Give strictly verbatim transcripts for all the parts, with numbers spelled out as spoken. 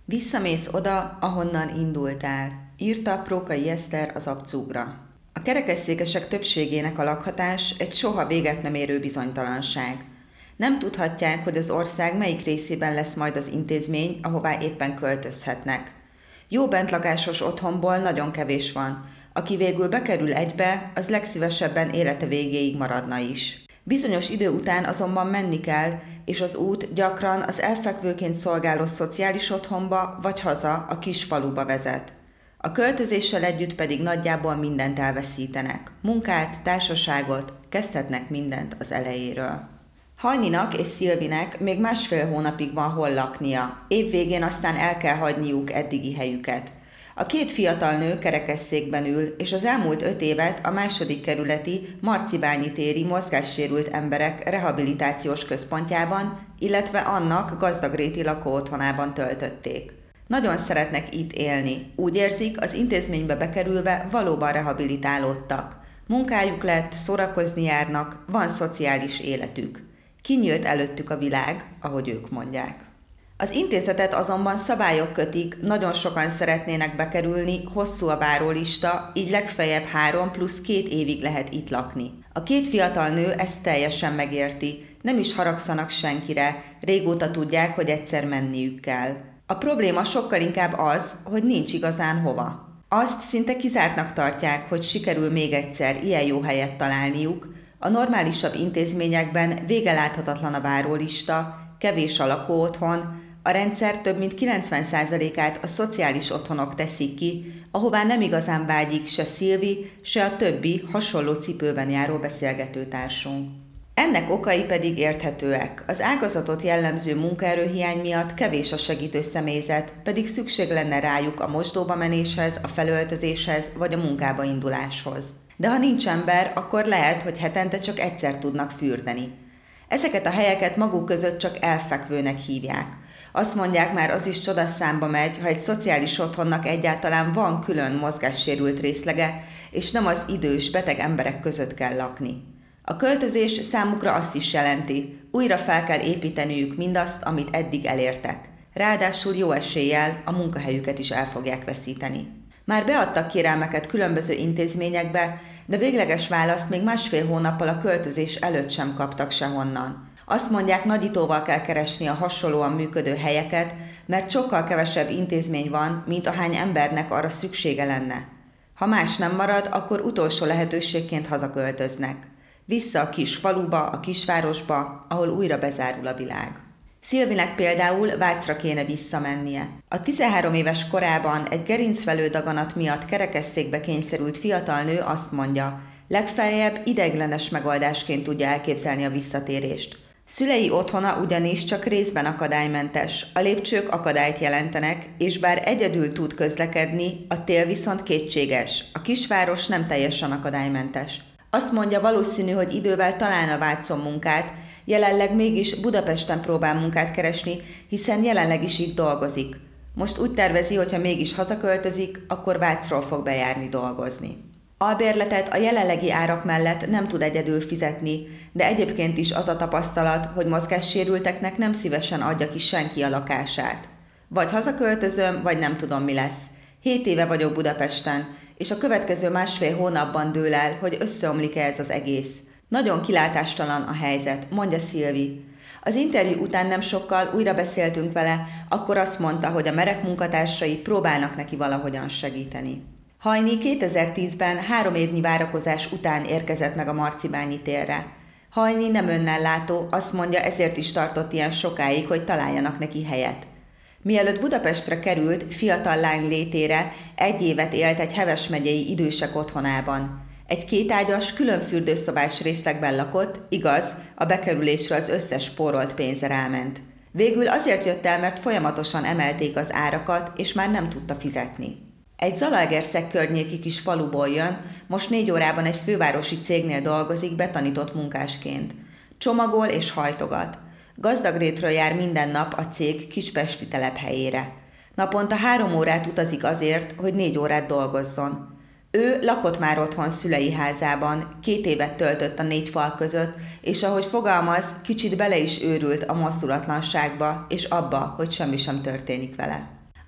Visszamész oda, ahonnan indultál, írta Prókai Eszter az Abcúgra. A kerekesszékesek többségének a lakhatás egy soha véget nem érő bizonytalanság. Nem tudhatják, hogy az ország melyik részében lesz majd az intézmény, ahová éppen költözhetnek. Jó bentlakásos otthonból nagyon kevés van. Aki végül bekerül egybe, az legszívesebben élete végéig maradna is. Bizonyos idő után azonban menni kell, és az út gyakran az elfekvőként szolgáló szociális otthonba vagy haza a kis faluba vezet. A költözéssel együtt pedig nagyjából mindent elveszítenek. Munkát, társaságot, kezdhetnek mindent az elejéről. Hajninak és Szilvinek még másfél hónapig van hol laknia, év végén aztán el kell hagyniuk eddigi helyüket. A két fiatal nő kerekesszékben ül, és az elmúlt öt évet a második kerületi Marcibányi téri mozgássérült emberek rehabilitációs központjában, illetve annak gazdagréti lakóotthonában töltötték. Nagyon szeretnek itt élni, úgy érzik, az intézménybe bekerülve valóban rehabilitálódtak. Munkájuk lett, szórakozni járnak, van szociális életük. Kinyílt előttük a világ, ahogy ők mondják. Az intézetet azonban szabályok kötik, nagyon sokan szeretnének bekerülni, hosszú a várólista, így legfeljebb három plusz két évig lehet itt lakni. A két fiatal nő ezt teljesen megérti, nem is haragszanak senkire, régóta tudják, hogy egyszer menniük kell. A probléma sokkal inkább az, hogy nincs igazán hova. Azt szinte kizártnak tartják, hogy sikerül még egyszer ilyen jó helyet találniuk. A normálisabb intézményekben vége láthatatlan a várólista, kevés a lakóotthon, a rendszer több mint kilencven százalékát a szociális otthonok teszik ki, ahová nem igazán vágyik se Szilvi, se a többi hasonló cipőben járó beszélgetőtársunk. Ennek okai pedig érthetőek. Az ágazatot jellemző munkaerőhiány miatt kevés a segítő személyzet, pedig szükség lenne rájuk a mosdóba menéshez, a felöltözéshez vagy a munkába induláshoz. De ha nincs ember, akkor lehet, hogy hetente csak egyszer tudnak fürdeni. Ezeket a helyeket maguk között csak elfekvőnek hívják. Azt mondják, már az is csodaszámba megy, ha egy szociális otthonnak egyáltalán van külön mozgássérült részlege, és nem az idős, beteg emberek között kell lakni. A költözés számukra azt is jelenti, újra fel kell építeniük mindazt, amit eddig elértek. Ráadásul jó eséllyel a munkahelyüket is el fogják veszíteni. Már beadtak kérelmeket különböző intézményekbe, de végleges választ még másfél hónappal a költözés előtt sem kaptak sehonnan. Azt mondják, nagyítóval kell keresni a hasonlóan működő helyeket, mert sokkal kevesebb intézmény van, mint ahány embernek arra szüksége lenne. Ha más nem marad, akkor utolsó lehetőségként hazaköltöznek. Vissza a kis faluba, a kisvárosba, ahol újra bezárul a világ. Szilvinek például Vácra kéne visszamennie. A tizenhárom éves korában egy gerincvelő daganat miatt kerekesszékbe kényszerült fiatal nő azt mondja, legfeljebb ideiglenes megoldásként tudja elképzelni a visszatérést. Szülei otthona ugyanis csak részben akadálymentes, a lépcsők akadályt jelentenek, és bár egyedül tud közlekedni, a tél viszont kétséges, a kisváros nem teljesen akadálymentes. Azt mondja, valószínű, hogy idővel találna Vácon munkát, jelenleg mégis Budapesten próbál munkát keresni, hiszen jelenleg is itt dolgozik. Most úgy tervezi, hogy ha mégis hazaköltözik, akkor Vácról fog bejárni dolgozni. Albérletet a jelenlegi árak mellett nem tud egyedül fizetni, de egyébként is az a tapasztalat, hogy mozgássérülteknek nem szívesen adja ki senki a lakását. Vagy hazaköltözöm, vagy nem tudom mi lesz. Hét éve vagyok Budapesten, és a következő másfél hónapban dől el, hogy összeomlik-e ez az egész. Nagyon kilátástalan a helyzet, mondja Szilvi. Az interjú után nem sokkal újra beszéltünk vele, akkor azt mondta, hogy a merek munkatársai próbálnak neki valahogyan segíteni. Hajni kétezer-tízben három évnyi várakozás után érkezett meg a Marcibányi térre. Hajni nem önnellátó, azt mondja, ezért is tartott ilyen sokáig, hogy találjanak neki helyet. Mielőtt Budapestre került, fiatal lány létére egy évet élt egy Heves megyei idősek otthonában. Egy kétágyas, külön fürdőszobás részlegben lakott, igaz, a bekerülésre az összes spórolt pénze ráment. Végül azért jött el, mert folyamatosan emelték az árakat, és már nem tudta fizetni. Egy Zalaegerszeg környéki kis faluból jön, most négy órában egy fővárosi cégnél dolgozik betanított munkásként. Csomagol és hajtogat. Gazdagrétről jár minden nap a cég kispesti telephelyére. Naponta három órát utazik azért, hogy négy órát dolgozzon. Ő lakott már otthon szülei házában, két évet töltött a négy fal között, és ahogy fogalmaz, kicsit bele is őrült a mozdulatlanságba, és abba, hogy semmi sem történik vele.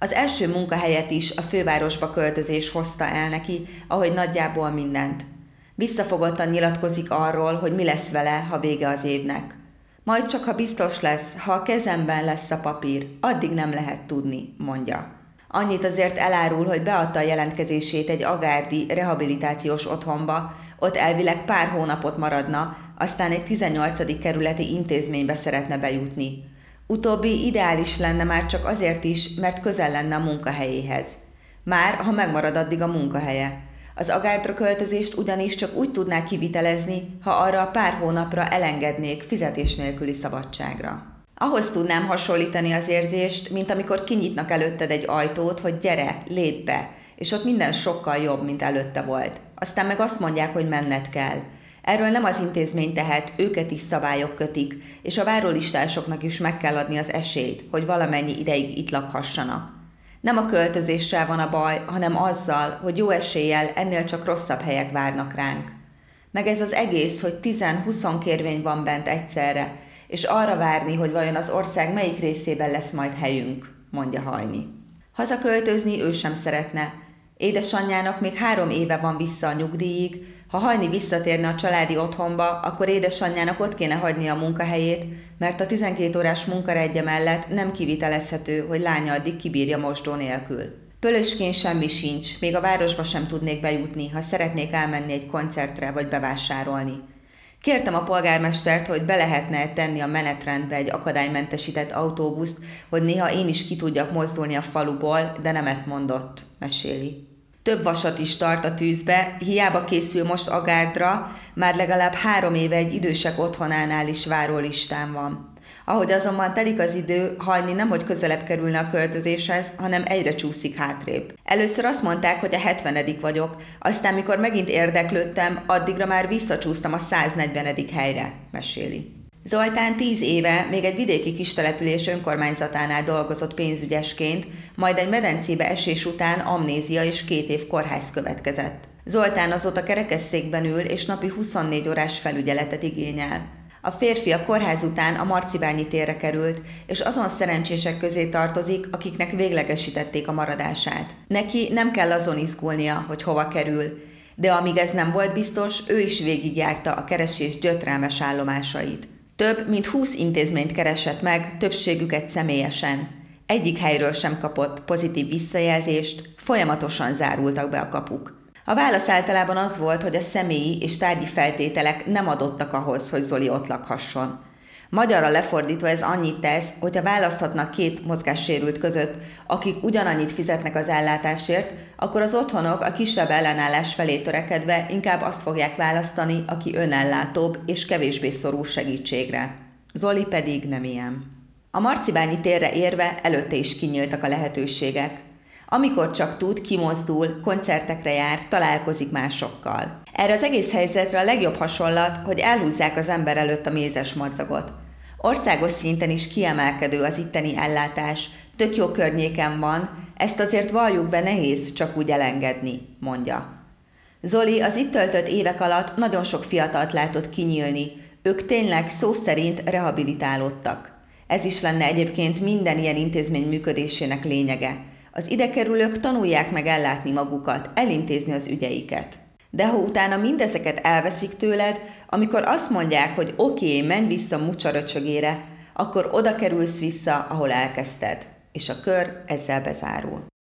Az első munkahelyet is a fővárosba költözés hozta el neki, ahogy nagyjából mindent. Visszafogottan nyilatkozik arról, hogy mi lesz vele, ha vége az évnek. Majd csak ha biztos lesz, ha a kezemben lesz a papír, addig nem lehet tudni, mondja. Annyit azért elárul, hogy beadta a jelentkezését egy agárdi rehabilitációs otthonba, ott elvileg pár hónapot maradna, aztán egy tizennyolcadik kerületi intézménybe szeretne bejutni. Utóbbi ideális lenne már csak azért is, mert közel lenne a munkahelyéhez. Már, ha megmarad addig a munkahelye. Az agárdra költözést ugyanis csak úgy tudná kivitelezni, ha arra a pár hónapra elengednék fizetés nélküli szabadságra. Ahhoz tudnám hasonlítani az érzést, mint amikor kinyitnak előtted egy ajtót, hogy gyere, lépj be, és ott minden sokkal jobb, mint előtte volt. Aztán meg azt mondják, hogy menned kell. Erről nem az intézmény tehet, őket is szabályok kötik, és a várólistásoknak is meg kell adni az esélyt, hogy valamennyi ideig itt lakhassanak. Nem a költözéssel van a baj, hanem azzal, hogy jó eséllyel ennél csak rosszabb helyek várnak ránk. Meg ez az egész, hogy tíz-húsz kérvény van bent egyszerre, és arra várni, hogy vajon az ország melyik részében lesz majd helyünk, mondja Hajni. Hazaköltözni ő sem szeretne. Édesanyjának még három éve van vissza a nyugdíjig, ha Hajni visszatérne a családi otthonba, akkor édesanyjának ott kéne hagynia a munkahelyét, mert a tizenkét órás munkarendje mellett nem kivitelezhető, hogy lánya addig kibírja mosdó nélkül. Pölöskén semmi sincs, még a városba sem tudnék bejutni, ha szeretnék elmenni egy koncertre vagy bevásárolni. Kértem a polgármestert, hogy be lehetne tenni a menetrendbe egy akadálymentesített autóbuszt, hogy néha én is ki tudjak mozdulni a faluból, de nemet mondott, meséli. Több vasat is tart a tűzbe, hiába készül most agárdra, már legalább három éve egy idősek otthonánál is várólistán van. Ahogy azonban telik az idő, Hajni nemhogy közelebb kerülne a költözéshez, hanem egyre csúszik hátrébb. Először azt mondták, hogy a hetvenedik vagyok, aztán mikor megint érdeklődtem, addigra már visszacsúsztam a száznegyvenedik helyre, meséli. Zoltán tíz éve még egy vidéki kistelepülés önkormányzatánál dolgozott pénzügyesként, majd egy medencébe esés után amnézia és két év kórház következett. Zoltán azóta kerekesszékben ül és napi huszonnégy órás felügyeletet igényel. A férfi a kórház után a Marcibányi térre került, és azon szerencsések közé tartozik, akiknek véglegesítették a maradását. Neki nem kell azon izgulnia, hogy hova kerül, de amíg ez nem volt biztos, ő is végigjárta a keresés gyötrelmes állomásait. Több mint húsz intézményt keresett meg, többségüket személyesen. Egyik helyről sem kapott pozitív visszajelzést, folyamatosan zárultak be a kapuk. A válasz általában az volt, hogy a személyi és tárgyi feltételek nem adottak ahhoz, hogy Zoli ott lakhasson. Magyarra lefordítva ez annyit tesz, hogyha választhatnak két mozgássérült között, akik ugyanannyit fizetnek az ellátásért, akkor az otthonok a kisebb ellenállás felé törekedve inkább azt fogják választani, aki önellátóbb és kevésbé szorul segítségre. Zoli pedig nem ilyen. A Marcibányi térre érve előtte is kinyíltak a lehetőségek. Amikor csak tud, kimozdul, koncertekre jár, találkozik másokkal. Erre az egész helyzetre a legjobb hasonlat, hogy elhúzzák az ember előtt a mézes madzagot. Országos szinten is kiemelkedő az itteni ellátás, tök jó környéken van, ezt azért valljuk be nehéz csak úgy elengedni, mondja. Zoli az itt töltött évek alatt nagyon sok fiatalt látott kinyílni, ők tényleg szó szerint rehabilitálódtak. Ez is lenne egyébként minden ilyen intézmény működésének lényege. Az idekerülők tanulják meg ellátni magukat, elintézni az ügyeiket. De ha utána mindezeket elveszik tőled, amikor azt mondják, hogy oké, okay, menj vissza mucsaröcsögére, akkor oda kerülsz vissza, ahol elkezdted, és a kör ezzel bezárul.